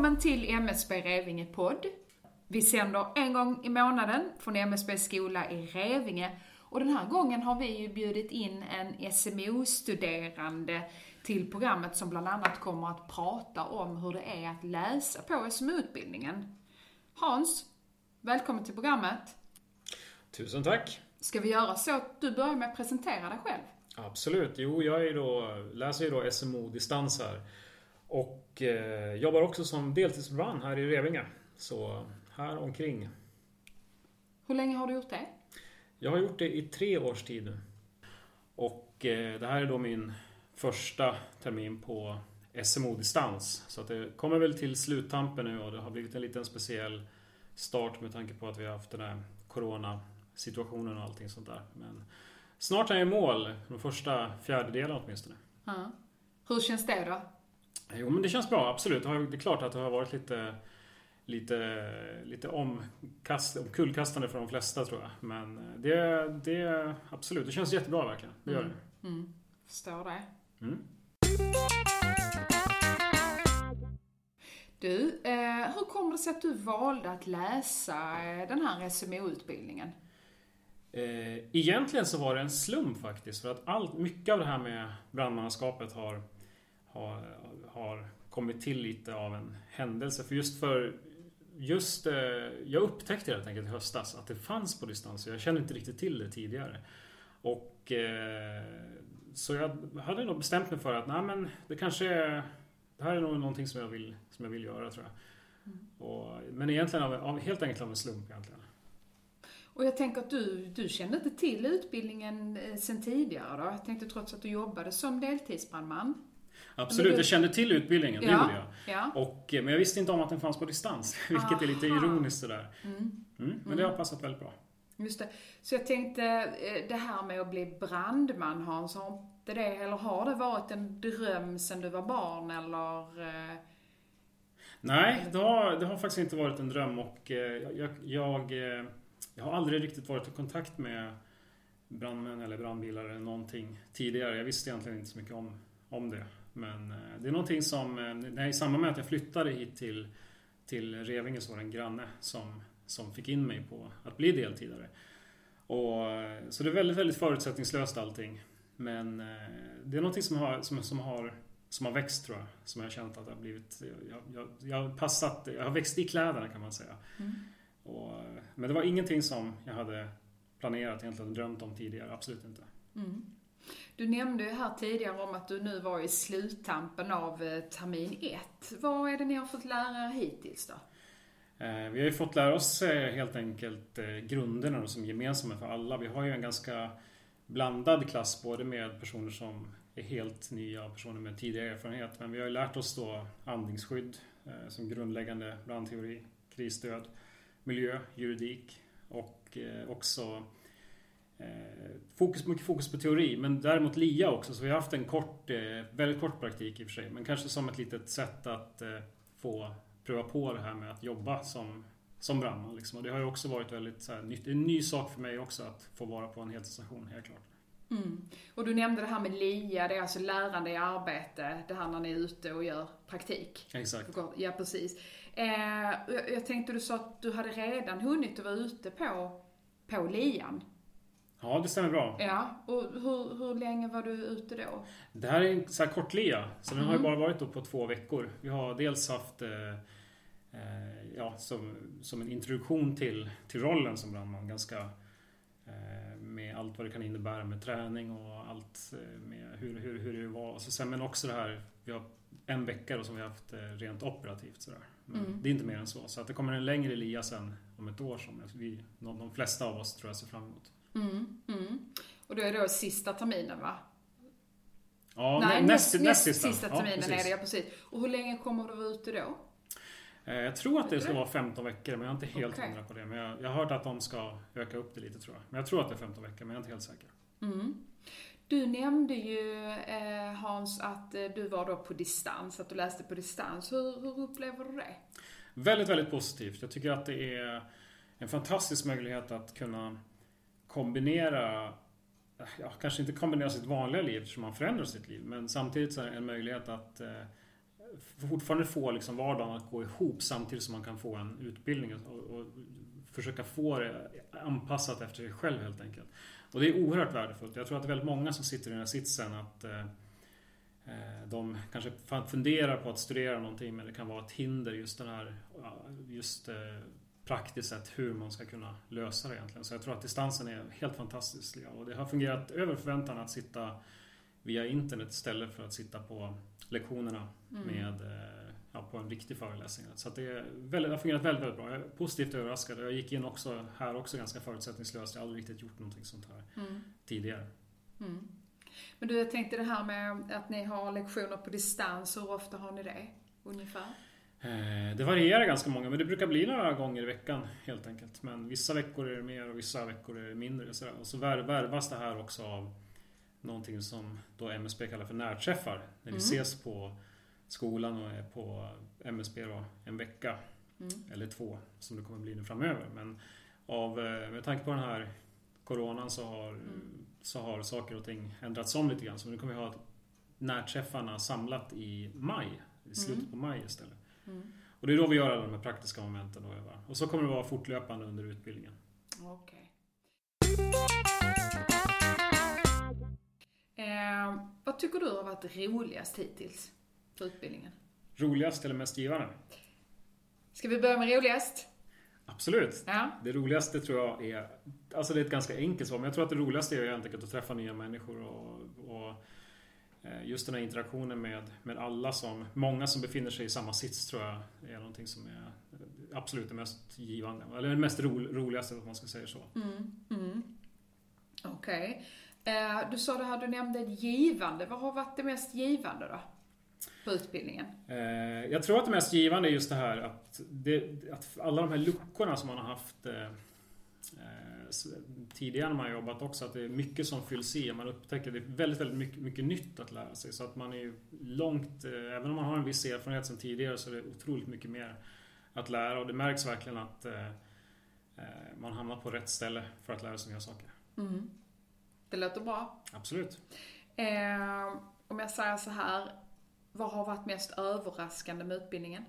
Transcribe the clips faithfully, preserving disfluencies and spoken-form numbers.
Välkommen till M S B Revinge podd. Vi sänder en gång i månaden från M S B skola i Revinge. Och den här gången har vi ju bjudit in en S M O-studerande till programmet som bland annat kommer att prata om hur det är att läsa på S M O-utbildningen. Hans, välkommen till programmet. Tusen tack. Ska vi göra så att du börjar med att presentera dig själv? Absolut. Jo, jag är då, läser ju då S M O-distans här. Och eh, jobbar också som deltidsbrandman här i Revinge. Så här omkring. Hur länge har du gjort det? Jag har gjort det i tre års tid nu. Och eh, det här är då min första termin på S M O-distans. Så att det kommer väl till sluttampen nu och det har blivit en liten speciell start med tanke på att vi har haft den här corona-situationen och allting sånt där. Men snart är jag i mål, de första fjärdedelen åtminstone. Ja. Hur känns det då? Jo, men det känns bra, absolut. Det är klart att det har varit lite, lite, lite omkast, omkullkastande för de flesta, tror jag. Men det, det absolut, det känns jättebra verkligen. Det gör mm. det. Mm. Förstår det. Mm. Du, eh, hur kommer det sig att du valde att läsa eh, den här S M O-utbildningen? Eh, egentligen så var det en slump faktiskt. För att allt, mycket av det här med brandmannaskapet har, har, har kommit till lite av en händelse. För just för just, eh, jag upptäckte helt enkelt i höstas att det fanns på distans. Jag kände inte riktigt till det tidigare. Och eh, så jag hade nog bestämt mig för att nej, men det kanske är, det här är nog någonting som jag vill, som jag vill göra, tror jag. Mm. Och, men egentligen av, av, helt enkelt av en slump egentligen. Och jag tänker att du, du kände inte till utbildningen sen tidigare då? Jag tänkte trots att du jobbade som deltidsbrandman. Absolut, du... jag kände till utbildningen, det ja, gjorde jag. Ja. Och, men jag visste inte om att den fanns på distans, vilket Aha. är lite ironiskt sådär. Mm. Mm, men mm. det har passat väldigt bra. Just det. Så jag tänkte, det här med att bli brandman, Hans, har inte det, eller har det varit en dröm sedan du var barn, eller? Nej, det har, det har faktiskt inte varit en dröm och jag, jag, jag har aldrig riktigt varit i kontakt med brandmän eller brandbilar eller någonting tidigare. Jag visste egentligen inte så mycket om, om det. Men det är någonting som, när i samband med att jag flyttade hit till, till Revinge så var det en granne som, som fick in mig på att bli deltidare. Och, så det är väldigt, väldigt förutsättningslöst allting. Men det är någonting som har, som, som har, som har växt, tror jag. Som jag har känt att det har blivit, jag, jag, jag har passat, jag har växt i kläderna, kan man säga. Mm. Och, men det var ingenting som jag hade planerat egentligen, drömt om tidigare, absolut inte. Mm. Du nämnde ju här tidigare om att du nu var i sluttampen av termin ett. Vad är det ni har fått lära er hittills då? Eh, vi har ju fått lära oss eh, helt enkelt eh, grunderna som är gemensamma för alla. Vi har ju en ganska blandad klass, både med personer som är helt nya och personer med tidigare erfarenhet. Men vi har ju lärt oss då andningsskydd eh, som grundläggande brandteori, krisstöd, miljö, juridik och eh, också eh, fokus, mycket fokus på teori, men däremot L I A också. Så vi har haft en kort, eh, väldigt kort praktik i och för sig, men kanske som ett litet sätt att eh, få pröva på det här med att jobba som, som brandman. Liksom. Och det har ju också varit väldigt så här, nytt, en ny sak för mig också att få vara på en helstation, helt klart. Mm. Och du nämnde det här med L I A, det är alltså lärande i arbete, det här när ni är ute och gör praktik. Exakt. Ja, precis. Eh, jag, jag tänkte du sa att du hade redan hunnit att vara ute på, på L I A. Ja, det stämmer bra. Ja, och hur, hur länge var du ute då? Det här är en så här kort L I A, så den mm. har ju bara varit då på två veckor. Vi har dels haft eh, eh, ja, som, som en introduktion till, till rollen som brandman, ganska eh, med allt vad det kan innebära med träning och allt eh, med hur, hur, hur det var. Och så sen, men också det här, vi har en vecka då som vi har haft eh, rent operativt sådär. Men mm. det är inte mer än så. Så att det kommer en längre L I A sen om ett år som vi, de, de flesta av oss tror jag ser fram emot. Mm, mm. Och då är det då sista terminen, va? Ja, Nej, näst, näst, näst sista. sista terminen ja, är det, ja, precis. Och hur länge kommer du vara ute då? Jag tror att det ska vara femton veckor, men jag är inte helt okay. hundra på det. Men jag, jag har hört att de ska öka upp det lite, tror jag. Men jag tror att det är femton veckor, men jag är inte helt säker. Mm. Du nämnde ju, eh, Hans, att eh, du var då på distans, att du läste på distans. Hur, hur upplever du det? Väldigt, väldigt positivt. Jag tycker att det är en fantastisk möjlighet att kunna kombinera, ja, kanske inte kombinera sitt vanliga liv som man förändrar sitt liv, men samtidigt så är det en möjlighet att eh, fortfarande få liksom vardagen att gå ihop samtidigt som man kan få en utbildning och, och försöka få det anpassat efter sig själv helt enkelt. Och det är oerhört värdefullt. Jag tror att det är väldigt många som sitter i den här sitsen att eh, de kanske funderar på att studera någonting, men det kan vara ett hinder just den här just eh, praktiskt sett hur man ska kunna lösa det egentligen. Så jag tror att distansen är helt fantastisk och det har fungerat över förväntan att sitta via internet istället för att sitta på lektionerna mm. med ja, på en riktig föreläsning. Så att det, är väldigt, det har fungerat väldigt, väldigt bra. Jag är positivt överraskad. Jag gick in också här också ganska förutsättningslöst. Jag har aldrig riktigt gjort någonting sånt här mm. tidigare. Mm. Men du, jag tänkte det här med att ni har lektioner på distans. Hur ofta har ni det ungefär? Eh, det varierar ganska många, men det brukar bli några gånger i veckan helt enkelt. Men vissa veckor är det mer och vissa veckor är det mindre. Och så, och så värvas det här också av någonting som då M S B kallar för närträffar. När vi mm. ses på skolan och är på M S B då en vecka mm. eller två som det kommer bli nu framöver. Men av, med tanke på den här coronan så har, mm. så har saker och ting ändrats om lite grann. Så nu kommer vi ha närträffarna samlat i maj, i slutet mm. på maj istället. Mm. Och det är då vi gör alla de här praktiska momenten. Då, och så kommer det vara fortlöpande under utbildningen. Okej. Eh, vad tycker du har varit roligast hittills på utbildningen? Roligast eller mest givande? Ska vi börja med roligast? Absolut. Ja. Det roligaste tror jag är, alltså det är ett ganska enkelt svar, men jag tror att det roligaste är egentligen att träffa nya människor och, och just den här interaktionen med, med alla som, många som befinner sig i samma sits tror jag är någonting som är absolut det mest givande, eller det mest ro, roligaste om man ska säga så. Mm. Mm. Okej. Okay. Eh, du sa det här, du nämnde givande. Vad har varit det mest givande då? På utbildningen? Eh, jag tror att det mest givande är just det här att, det, att alla de här luckorna som man har haft eh, tidigare när man har jobbat också, att det är mycket som fylls i och man upptäcker det är väldigt, väldigt mycket, mycket nytt att lära sig. Så att man är ju långt, eh, även om man har en viss erfarenhet sedan tidigare så är det otroligt mycket mer att lära och det märks verkligen att eh, man hamnar på rätt ställe för att lära sig nya saker. Mm. Det låter bra. Absolut. Eh, om jag säger så här, vad har varit mest överraskande med utbildningen?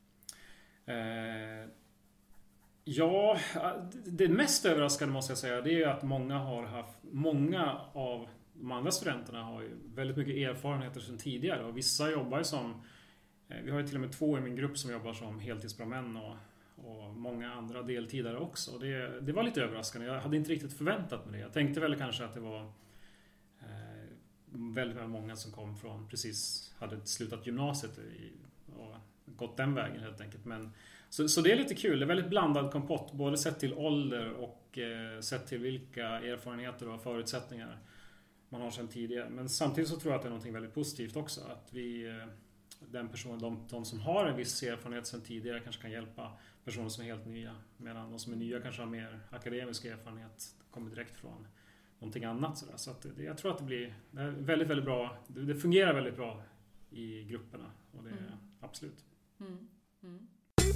Eh, ja, det mest överraskande måste jag säga, det är att många har haft, många av de andra studenterna har ju väldigt mycket erfarenheter sedan tidigare och vissa jobbar ju som, eh, vi har ju till och med två i min grupp som jobbar som heltidsbrandmän och, och många andra deltidare också. Och det, det var lite överraskande, jag hade inte riktigt förväntat mig det. Jag tänkte väl kanske att det var väldigt, väldigt många som kom från precis hade slutat gymnasiet i, och gått den vägen helt enkelt. Men, så, så det är lite kul, det är väldigt blandad kompott både sett till ålder och eh, sett till vilka erfarenheter och förutsättningar man har sedan tidigare. Men samtidigt så tror jag att det är något väldigt positivt också att vi, eh, den personen, de, de som har en viss erfarenhet sedan tidigare kanske kan hjälpa personer som är helt nya, medan de som är nya kanske har mer akademisk erfarenhet, kommer direkt från någonting annat sådär. Så att det, jag tror att det blir det är väldigt, väldigt bra. Det, det fungerar väldigt bra i grupperna. Och det är mm. absolut. Mm. Mm.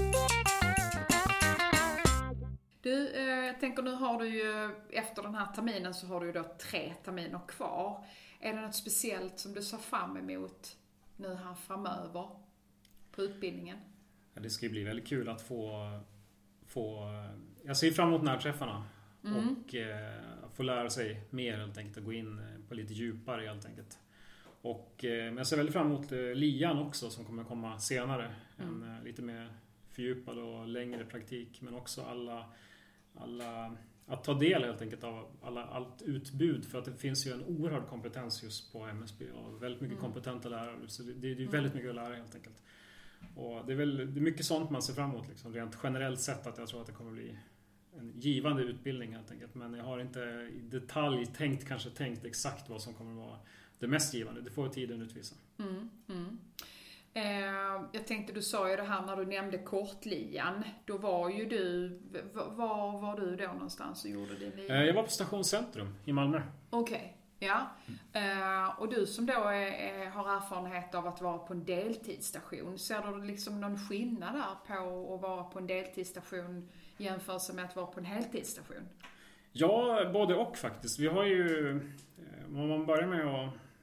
Du, eh, jag tänker nu har du ju, efter den här terminen så har du ju då tre terminer kvar. Är det något speciellt som du ser fram emot nu här framöver på utbildningen? Ja, det ska ju bli väldigt kul att få, få jag ser fram emot närträffarna. Mm. Och eh, få lära sig mer helt enkelt och gå in på lite djupare helt enkelt. Och, eh, men jag ser väldigt fram emot eh, lian också som kommer komma senare. Mm. En eh, lite mer fördjupad och längre praktik, men också alla, alla att ta del helt enkelt av alla, allt utbud, för att det finns ju en oerhörd kompetens just på M S B och väldigt mycket mm. kompetenta lärare, så det, det är ju väldigt mycket att lära helt enkelt. Och det är väl det är mycket sånt man ser fram emot liksom, rent generellt sett, att jag tror att det kommer bli en givande utbildning helt enkelt, men jag har inte i detalj tänkt, kanske tänkt exakt vad som kommer att vara det mest givande. Det får tiden utvisa. Mm, mm. Eh, jag tänkte, du sa ju det här när du nämnde kortlian. Då var ju du, var var du då någonstans och gjorde din lian? Eh, jag var på Stationscentrum i Malmö. Okej, okay. Ja. Eh, och du som då är, är, har erfarenhet av att vara på en deltidsstation, ser du liksom någon skillnad där på att vara på en deltidsstation jämfört med att vara på en heltidsstation? Ja, både och faktiskt. Vi har ju, om man börjar med att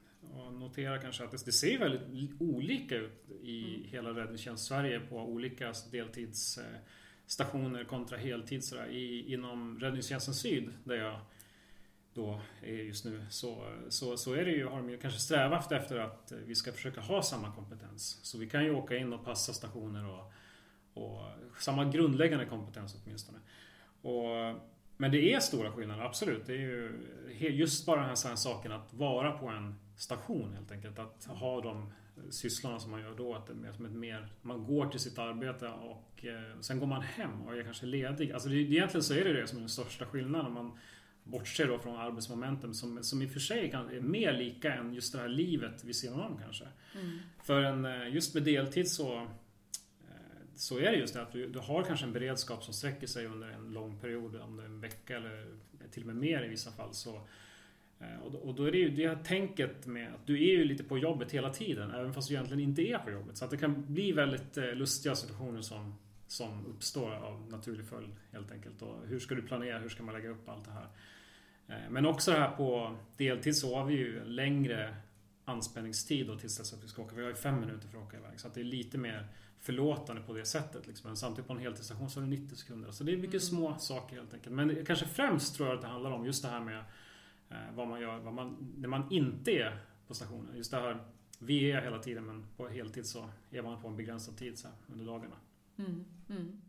man noterar kanske att det, det ser väldigt olika ut i mm. hela räddningstjänst Sverige på olika deltidsstationer kontra heltid. Så där. I, inom räddningstjänsten Syd, där jag då är just nu, så, så, så är det ju, har de ju kanske strävat efter att vi ska försöka ha samma kompetens. Så vi kan ju åka in och passa stationer och, och samma grundläggande kompetens åtminstone. Och, men det är stora skillnader, absolut. Det är ju just bara den här saken att vara på en station helt enkelt. Att ha de sysslorna som man gör då. Att det är som ett mer, man går till sitt arbete och eh, sen går man hem och är kanske ledig. Alltså det, egentligen så är det det som är den största skillnaden. Man bortser då från arbetsmomenten som, som i och för sig är mer lika än just det här livet vid sidan om kanske. Mm. För en, just med deltid så så är det just det att du, du har kanske en beredskap som sträcker sig under en lång period, om det är en vecka eller till och med mer i vissa fall. Så, och, då, och då är det ju det här tänket med att du är ju lite på jobbet hela tiden, även fast du egentligen inte är på jobbet. Så att det kan bli väldigt lustiga situationer som, som uppstår av naturlig följd helt enkelt. Och hur ska du planera, hur ska man lägga upp allt det här? Men också det här på deltid så har vi ju längre anspänningstid då tills dess att vi ska åka. Vi har ju fem minuter för att åka iväg, så att det är lite mer förlåtande på det sättet liksom. Men samtidigt på en heltidsstation så är det nittio sekunder. Så det är mycket mm. små saker helt enkelt. Men kanske främst tror jag att det handlar om just det här med eh, vad man gör vad man, när man inte är på stationen. Just det här, vi är hela tiden, men på heltid så är man på en begränsad tid så här, under dagarna. Mm. Mm.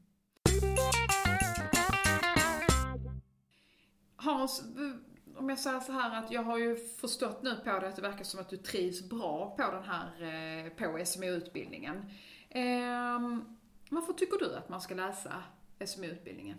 Hans, om jag säger så här att jag har ju förstått nu på det att det verkar som att du trivs bra på den här eh, på S M O-utbildningen. Eh, varför tycker du att man ska läsa S M O-utbildningen?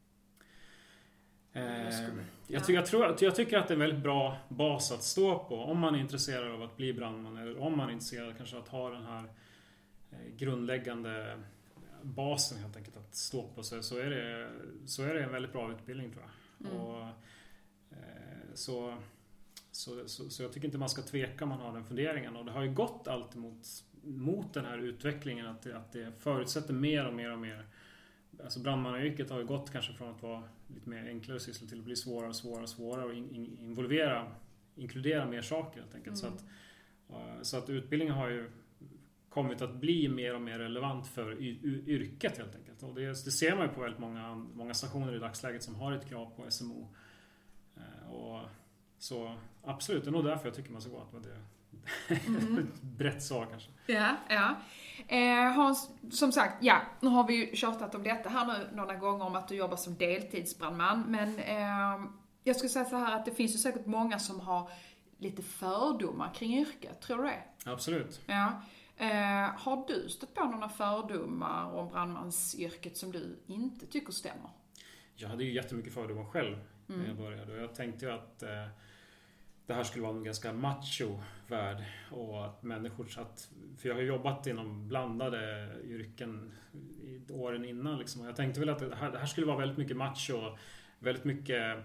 Eh, jag, ty- jag, tror, jag tycker att det är en väldigt bra bas att stå på om man är intresserad av att bli brandman, eller om man är intresserad kanske att ha den här eh, grundläggande basen helt enkelt att stå på, så, så, är det, så är det en väldigt bra utbildning tror jag. Mm. Och, eh, så, så, så, så jag tycker inte man ska tveka om man har den funderingen, och det har ju gått alltid mot mot den här utvecklingen att det, att det förutsätter mer och mer och mer. Alltså brandmannayrket har ju gått kanske från att vara lite mer enklare syssla till att bli svårare och svårare och svårare och in, in, involvera, inkludera mer saker helt enkelt. Mm. Så, att, så att utbildningen har ju kommit att bli mer och mer relevant för yrket helt enkelt. Och det, det ser man ju på väldigt många, många stationer i dagsläget som har ett krav på S M O. Och så absolut, det är nog därför jag tycker man ska gå att det mm. brett svar kanske. Ja, ja. Eh, Hans, som sagt, ja, nu har vi ju tjatat om detta här nu några gånger om att du jobbar som deltidsbrandman, men eh, jag skulle säga så här att det finns ju säkert många som har lite fördomar kring yrket, tror du det? Absolut. Ja. Eh, har du stött på några fördomar om brandmansyrket som du inte tycker stämmer? Jag hade ju jättemycket fördomar själv när mm. jag började, och jag tänkte ju att eh, det här skulle vara en ganska macho värld, och att människor satt, för jag har jobbat inom blandade yrken i åren innan liksom, och jag tänkte väl att det här, det här skulle vara väldigt mycket macho, väldigt mycket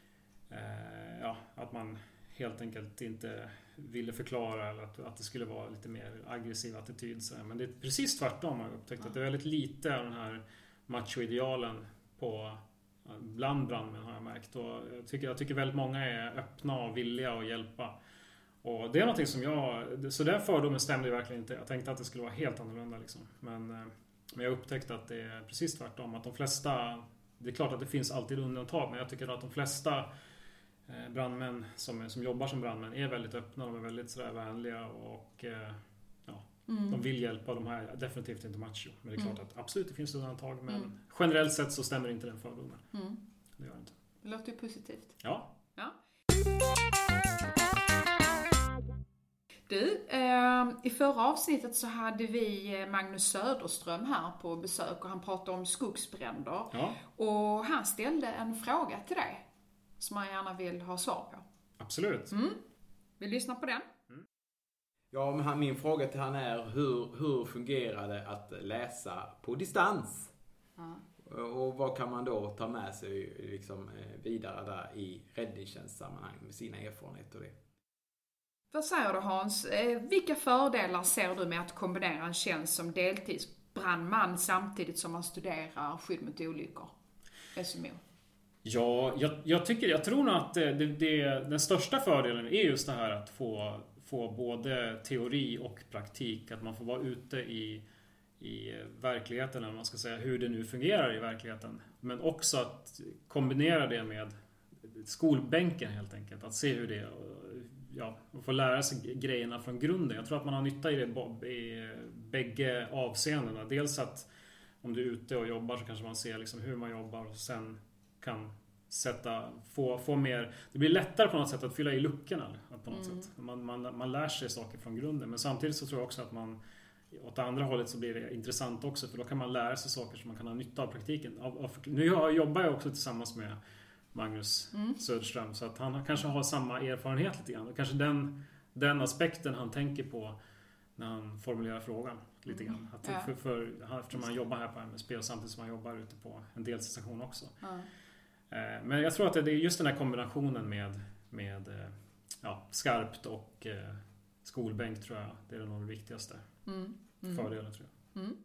eh, ja, att man helt enkelt inte ville förklara, eller att, att det skulle vara lite mer aggressiv attityd så här. Men det är precis tvärtom, har jag upptäckt, ja. Att det är väldigt lite av den här macho-idealen på bland brandmän har jag märkt, och jag tycker, jag tycker väldigt många är öppna och villiga att hjälpa, och det är någonting som jag, så den fördomen stämde verkligen inte. Jag tänkte att det skulle vara helt annorlunda liksom. men, men jag upptäckte att det är precis tvärtom, att de flesta, det är klart att det finns alltid undantag, men jag tycker att de flesta brandmän som, som jobbar som brandmän är väldigt öppna, de är väldigt sådär vänliga, och ja, mm. de vill hjälpa, de här är definitivt inte macho, men det är klart mm. att absolut det finns undantag, men mm. generellt sett så stämmer inte den fördomen. Mm. Det gör inte. Det låter ju positivt. Ja. Ja. Du, eh, i förra avsnittet så hade vi Magnus Söderström här på besök, och han pratade om skogsbränder. Ja. Och han ställde en fråga till dig som man gärna vill ha svar på. Absolut. Mm. Vi lyssnar på den. Mm. Ja, men han, min fråga till han är hur, hur fungerar det att läsa på distans? Ja. Och vad kan man då ta med sig liksom, vidare där i räddningstjänstsammanhang med sina erfarenheter och det? Vad säger du Hans? Vilka fördelar ser du med att kombinera en tjänst som deltidsbrandman samtidigt som man studerar skydd mot olyckor? S M O. Ja, jag, jag, tycker, jag tror nog att det, det, den största fördelen är just det här att få, få både teori och praktik. Att man får vara ute i, i verkligheten, eller man ska säga hur det nu fungerar i verkligheten. Men också att kombinera det med skolbänken helt enkelt. Att se hur det är. Ja, och få lära sig grejerna från grunden. Jag tror att man har nytta i det i bägge avseendena. Dels att om du är ute och jobbar så kanske man ser liksom hur man jobbar och sen kan sätta, få, få mer, det blir lättare på något sätt att fylla i luckorna på något mm. sätt. Man, man, man lär sig saker från grunden, men samtidigt så tror jag också att man åt andra hållet så blir det intressant också, för då kan man lära sig saker som man kan ha nytta av praktiken. Av, av, nu jobbar jag också tillsammans med Magnus mm. Söderström, så att han kanske har samma erfarenhet lite grann. Och kanske den, den aspekten han tänker på när han formulerar frågan lite grann. Att ja. för, för, eftersom han jobbar här på M S B och samtidigt som han jobbar ute på en delstation också. Ja. Men jag tror att det är just den här kombinationen med, med ja, skarpt och eh, skolbänk, tror jag. Det är nog det viktigaste mm. Mm. fördelen, tror jag. Mm.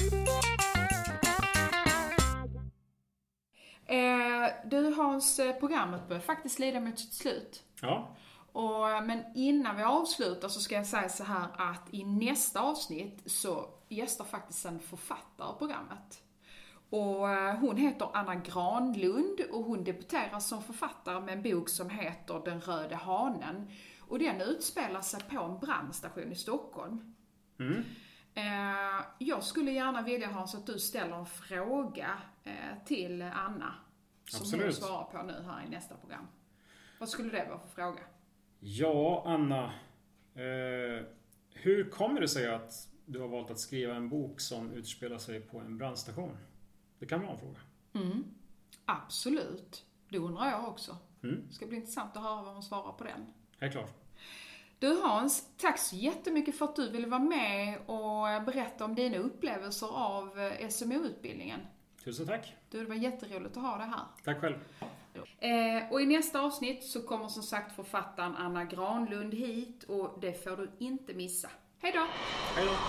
Eh, du Hans, programmet börjar faktiskt lida mot sitt slut. Ja. Och, men innan vi avslutar så ska jag säga så här att i nästa avsnitt så gästar faktiskt en författare programmet. Och hon heter Anna Granlund och hon debuterar som författare med en bok som heter Den röde hanen. Och den utspelar sig på en brandstation i Stockholm. Mm. Eh, jag skulle gärna vilja, Hans, att du ställer en fråga eh, till Anna. Som Absolut. hon svarar på nu här i nästa program. Vad skulle det vara för fråga? Ja, Anna. Eh, hur kommer det sig att du har valt att skriva en bok som utspelar sig på en brandstation? Det kan vara en fråga. Mm. Absolut. Det undrar jag också. Mm. Det ska bli intressant att höra vad hon svarar på den. Helt klart. Du Hans, tack så jättemycket för att du ville vara med och berätta om dina upplevelser av S M O-utbildningen. Tusen tack. Du, det var jätteroligt att ha det här. Tack själv. Eh, och i nästa avsnitt så kommer som sagt författaren Anna Granlund hit och det får du inte missa. Hej då! Hej då!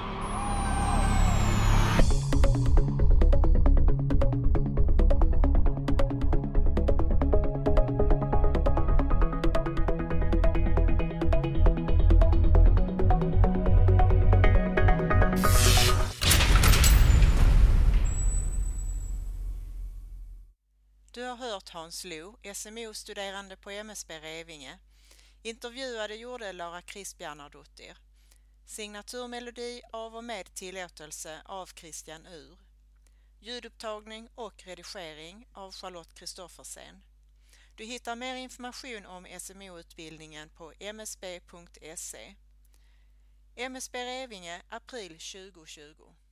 Du har hört Hans Lo, S M O-studerande på M S B Revinge. Intervjuade gjorde Lara Kristbjarnardottir. Signaturmelodi av och med tillåtelse av Christian Ur. Ljudupptagning och redigering av Charlotte Kristoffersen. Du hittar mer information om S M O-utbildningen på m s b punkt se. M S B Revinge, april tjugo tjugo.